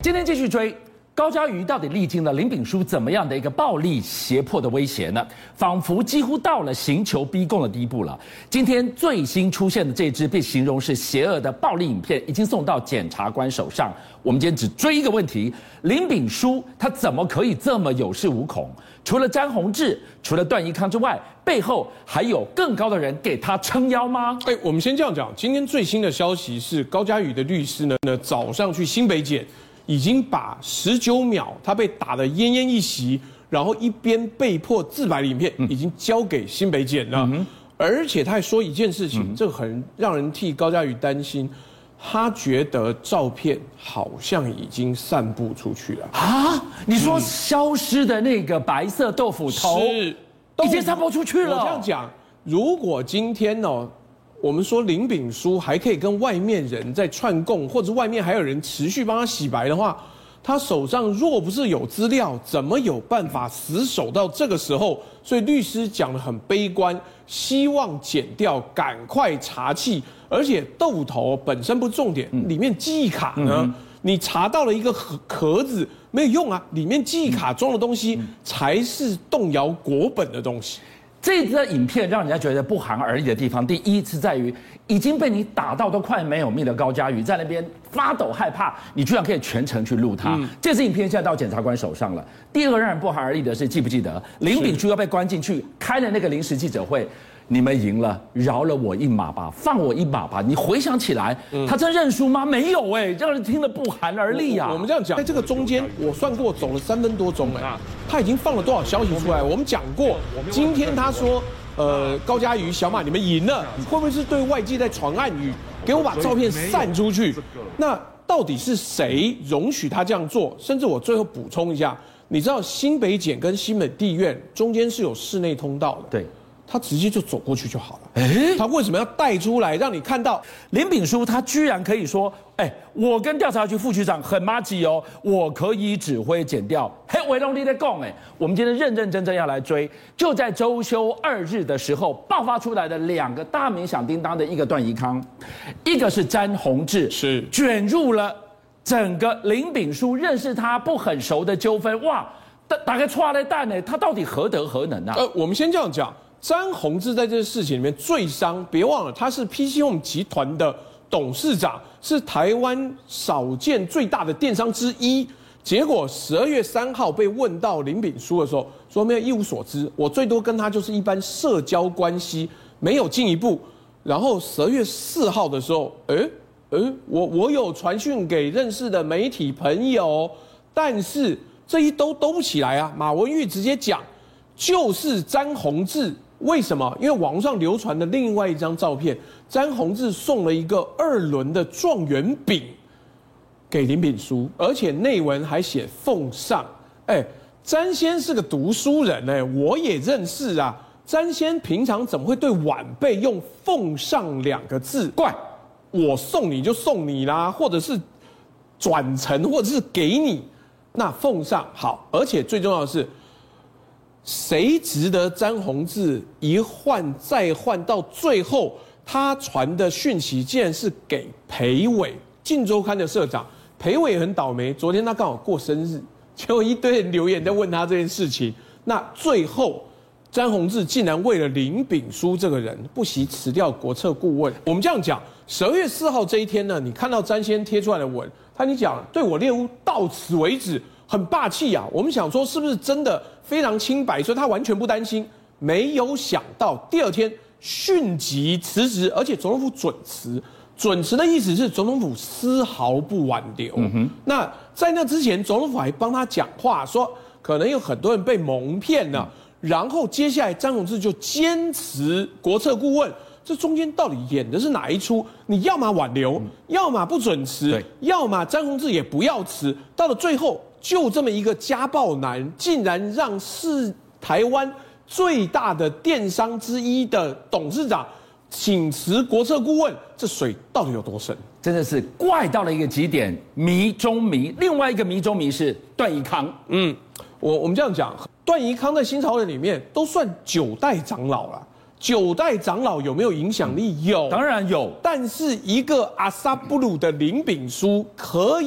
今天继续追高嘉瑜，到底历经了林炳书怎么样的一个暴力胁迫的威胁呢？仿佛几乎到了刑求逼供的地步了。今天最新出现的这支被形容是邪恶的暴力影片，已经送到检察官手上。我们今天只追一个问题：林炳书他怎么可以这么有恃无恐？除了詹宏志，除了段宜康之外，背后还有更高的人给他撑腰吗？ 我们先这样讲，今天最新的消息是高嘉瑜的律师呢早上去新北检。已经把19秒他被打得奄奄一息，然后一边被迫自白的影片，已经交给新北检了。而且他还说一件事情，这很让人替高嘉瑜担心，他觉得照片好像已经散布出去了啊！你说消失的那个白色豆腐头已经散播出去了。 我这样讲，如果今天我们说林炳书还可以跟外面人在串供，或者外面还有人持续帮他洗白的话，他手上若不是有资料，怎么有办法死守到这个时候？所以律师讲得很悲观，希望检调赶快查气，而且豆头本身不是重点，里面记忆卡呢，你查到了一个壳子没有用啊，里面记忆卡装的东西才是动摇国本的东西。 这则影片让人家觉得不寒而栗的地方，第一是在于已经被你打到都快没有命的高嘉瑜在那边发抖害怕，你居然可以全程去录他。这支影片现在到检察官手上了。第二个让人不寒而栗的是，记不记得林炳书要被关进去开了那个临时记者会？你们赢了，饶了我一马吧，放我一马吧。你回想起来，他真认输吗？没有让人听得不寒而栗啊。 我们这样讲，在这个中间，我算过走了3分多钟他已经放了多少消息出来？我们讲过，今天他说，高嘉瑜、小马你们赢了，会不会是对外界在传暗语，给我把照片散出去？那到底是谁容许他这样做？甚至我最后补充一下，你知道新北检跟新北地院中间是有室内通道的， 对。 他直接就走过去就好了。他为什么要带出来让你看到？ 林炳书他居然可以说，我跟调查局副局长很麻吉哦，我可以指挥检调。维龙你在讲我们今天认认真真要来追，就在周休2日的时候爆发出来的2个大名响叮当的，一个段宜康，一个是詹宏志， 是卷入了整个林炳书认识他不很熟的纠纷。哇，打开错了蛋他到底何德何能啊？ 我们先这样讲。詹宏志在这个事情里面最伤，别忘了他是 PC Home 集团的董事长，是台湾少见最大的电商之一。结果12月3号被问到林炳书的时候，说没有一无所知，我最多跟他就是一般社交关系，没有进一步。然后12月4号的时候，我有传讯给认识的媒体朋友，但是这一兜不起来啊。马文玉直接讲，就是詹宏志。为什么？因为网上流传的另外一张照片，詹宏志送了一个2轮的状元饼给林炳书，而且内文还写奉上。詹先是个读书人我也认识啊。詹先平常怎么会对晚辈用奉上2个字？怪我送你就送你啦，或者是转呈，或者是给你。那奉上好，而且最重要的是。谁值得詹宏志一换再换，到最后他传的讯息竟然是给裴伟，《镜周刊》的社长。裴伟也很倒霉，昨天他刚好过生日，结果一堆人留言在问他这件事情。那最后詹宏志竟然为了林炳书这个人，不惜辞掉国策顾问。我们这样讲，12月4号这一天呢，你看到詹先贴出来的文，他你讲对我猎巫到此为止。很霸气啊！我们想说是不是真的非常清白，所以他完全不担心。没有想到第2天迅即辞职，而且总统府准辞。准辞的意思是总统府丝毫不挽留。那在那之前，总统府还帮他讲话，说可能有很多人被蒙骗了。然后接下来詹宏志就坚持国策顾问。这中间到底演的是哪一出？你要么挽留，要么不准辞，要么詹宏志也不要辞。到了最后。就这么一个家暴男，竟然让是台湾最大的电商之一的董事长请辞国策顾问，这水到底有多深？ 真的是怪到了一个极点，迷中迷。另外一个迷中迷是段宜康。 我们这样讲，段宜康在新潮人里面都算9代长老了。9代长老有没有影响力？有， 当然有。 但是一个阿萨布鲁的林炳书可以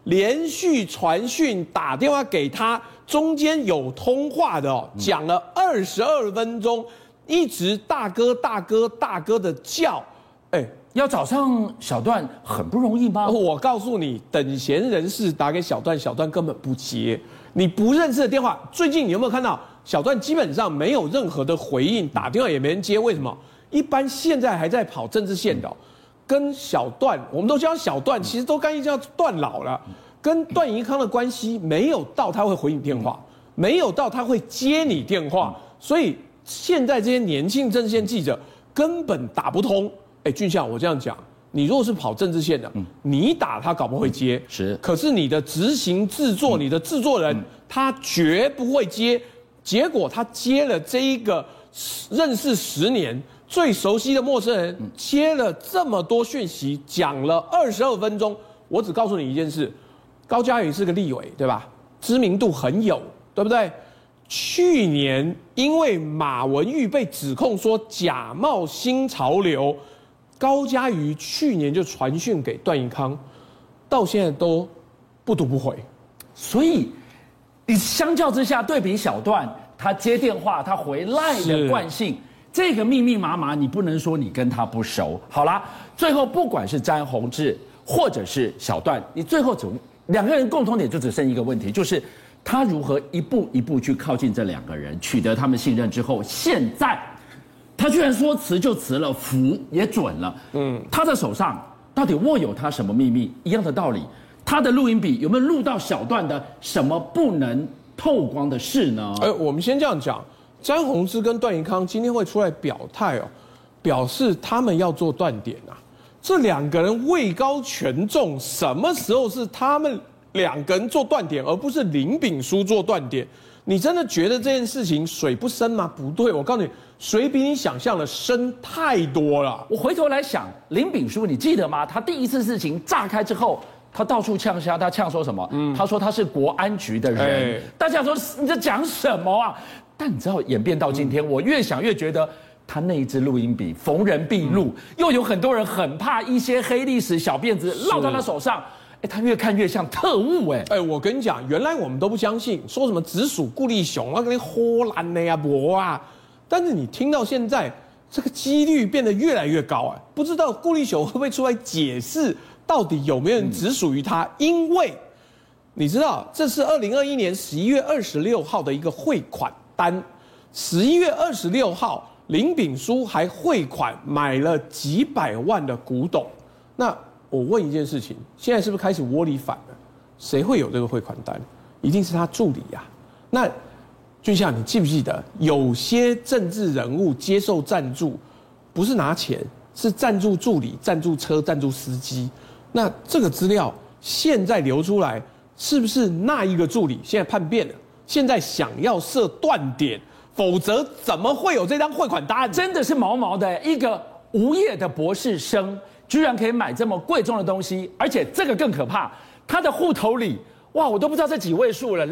连续传讯打电话给他，中间有通话的哦，讲了22分钟，一直大哥大哥大哥的叫， 要找上小段很不容易吗？ 我告诉你，等闲人士打给小段，小段根本不接。你不认识的电话，最近你有没有看到小段基本上没有任何的回应，打电话也没人接？为什么？一般现在还在跑政治线的，跟小段，我们都叫小段，其实都干脆叫段老了。跟段宜康的关系没有到他会回你电话，没有到他会接你电话，所以现在这些年轻政治线记者根本打不通。俊相，我这样讲，你如果是跑政治线的，你打他搞不会接， 是。 可是你的执行制作，你的制作人，他绝不会接。结果他接了这一个认识10年、最熟悉的陌生人，接了这么多讯息，讲了22分钟。我只告诉你一件事，高嘉瑜是个立委，对吧？知名度很有，对不对？去年因为马文玉被指控说假冒新潮流。高嘉瑜去年就传讯给段宜康，到现在都不读不回， 所以你相较之下对比小段，他接电话他回赖的惯性，这个密密麻麻，你不能说你跟他不熟。好啦，最后不管是詹宏志或者是小段，你最后两个人共同点就只剩一个问题，就是他如何一步一步去靠近这2个人，取得他们信任之后，现在。他居然说辞就辞了，符也准了。他的手上到底握有他什么秘密？一样的道理，他的录音笔有没有录到小段的什么不能透光的事呢？ 我们先这样讲，詹宏志跟段宜康今天会出来表态哦，表示他们要做断点啊。这2个人位高权重，什么时候是他们2个人做断点，而不是林炳书做断点？你真的觉得这件事情水不深吗？不对，我告诉你，水比你想象的深太多了。 我回头来想，林炳书，你记得吗？他第一次事情炸开之后，他到处呛虾，他呛说什么？他说他是国安局的人，大家说你在讲什么啊？但你知道，演变到今天，我越想越觉得。他那一支录音笔逢人必录，又有很多人很怕一些黑历史小辫子落到他手上。他越看越像特务我跟你讲，原来我们都不相信，说什么直属顾立雄啊，跟荷兰的呀博啊，但是你听到现在，这个几率变得越来越高不知道顾立雄会不会出来解释，到底有没有人只属于他？因为你知道，这是2021年11月26号的一个汇款单，11月26号，林炳书还汇款买了几百万的古董，那。我问一件事情，现在是不是开始窝里反了？谁会有这个汇款单？一定是他助理呀。那俊相，你记不记得有些政治人物接受赞助，不是拿钱，是赞助助理、赞助车、赞助司机？那这个资料现在流出来，是不是那一个助理现在叛变了？现在想要设断点，否则怎么会有这张汇款单？ 真的是毛毛的，一个无业的博士生。居然可以买这么贵重的东西，而且这个更可怕，他的户头里，哇，我都不知道这几位数了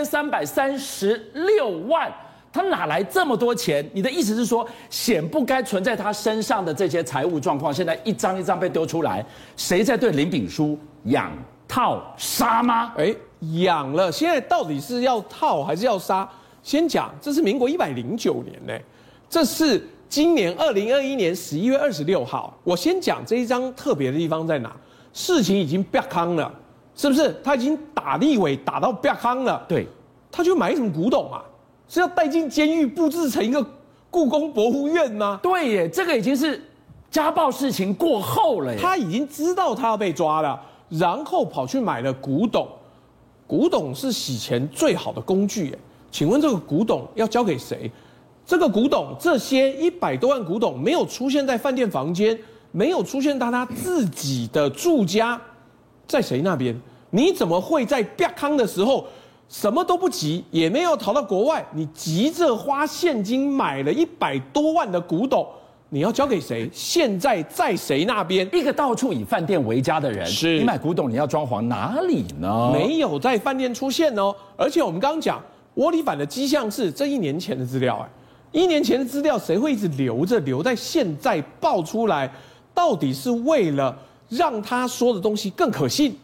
，2336万，他哪来这么多钱？你的意思是说，显不该存在他身上的这些财务状况，现在一张一张被丢出来，谁在对林炳书养套杀吗？ 养了，现在到底是要套还是要杀？先讲，这是民国109年这是。今年2021年11月26号，我先讲这一张特别的地方在哪？事情已经变康了，是不是？他已经打立委打到变康了， 对， 他就买什么古董啊？是要带进监狱布置成一个故宫博物院吗？ 对耶，这个已经是家暴事情过后了耶。 他已经知道他要被抓了，然后跑去买了古董。古董是洗钱最好的工具请问这个古董要交给谁？这个古董，这些100多万古董没有出现在饭店房间，没有出现到他自己的住家，在谁那边？你怎么会在变康的时候什么都不急，也没有逃到国外，你急着花现金买了100多万的古董，你要交给谁？现在在谁那边？ 一个到处以饭店为家的人， 是你买古董，你要装潢哪里呢？ 没有在饭店出现哦，而且我们刚刚讲窝里反的迹象是这1年前的资料1年前的资料谁会一直留着，留在现在爆出来？到底是为了让他说的东西更可信，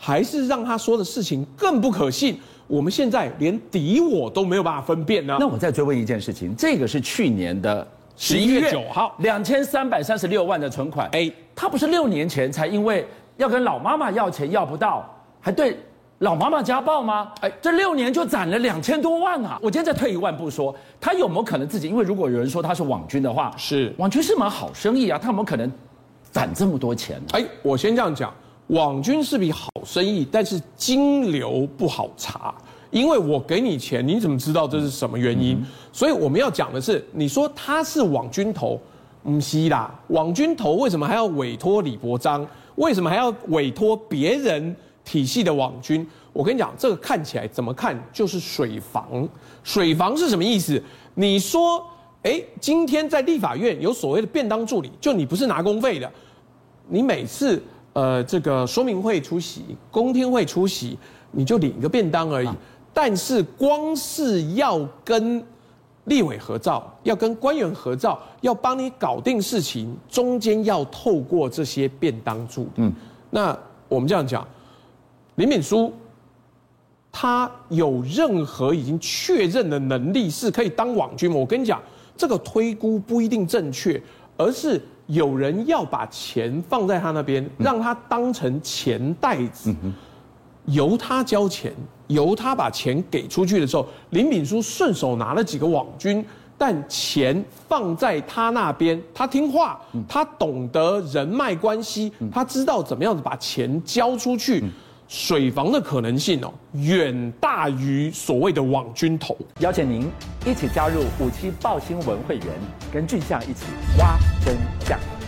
还是让他说的事情更不可信？我们现在连敌我都没有办法分辨呢。 那我再追问一件事情，这个是去年的 11月9号 ，2336万的存款，他不是6年前才因为要跟老妈妈要钱要不到，还对老妈妈家暴吗？这6年就攒了2000多万啊！我今天再退一万步说，他有没有可能自己？因为如果有人说他是网军的话，网军是门好生意啊，他有没有可能攒这么多钱？ 我先这样讲。网军是笔好生意，但是金流不好查，因为我给你钱，你怎么知道这是什么原因？所以我们要讲的是，你说他是网军头，不是啦，网军头为什么还要委托李伯璋？为什么还要委托别人体系的网军？我跟你讲，这个看起来怎么看就是水房。水房是什么意思？你说，今天在立法院有所谓的便当助理，就你不是拿公费的，你每次。这个说明会出席、公听会出席，你就领一个便当而已。但是光是要跟立委合照、要跟官员合照、要帮你搞定事情，中间要透过这些便当助理。那我们这样讲，林炳书他有任何已经确认的能力是可以当网军吗？我跟你讲，这个推估不一定正确，而是。有人要把钱放在他那边，让他当成钱袋子，由他交钱，由他把钱给出去的时候，林炳书顺手拿了几个网军，但钱放在他那边，他听话，他懂得人脉关系，他知道怎么样子把钱交出去。水房的可能性远大于所谓的网军头。 邀请您一起加入57爆新闻会员，跟俊相一起挖真相。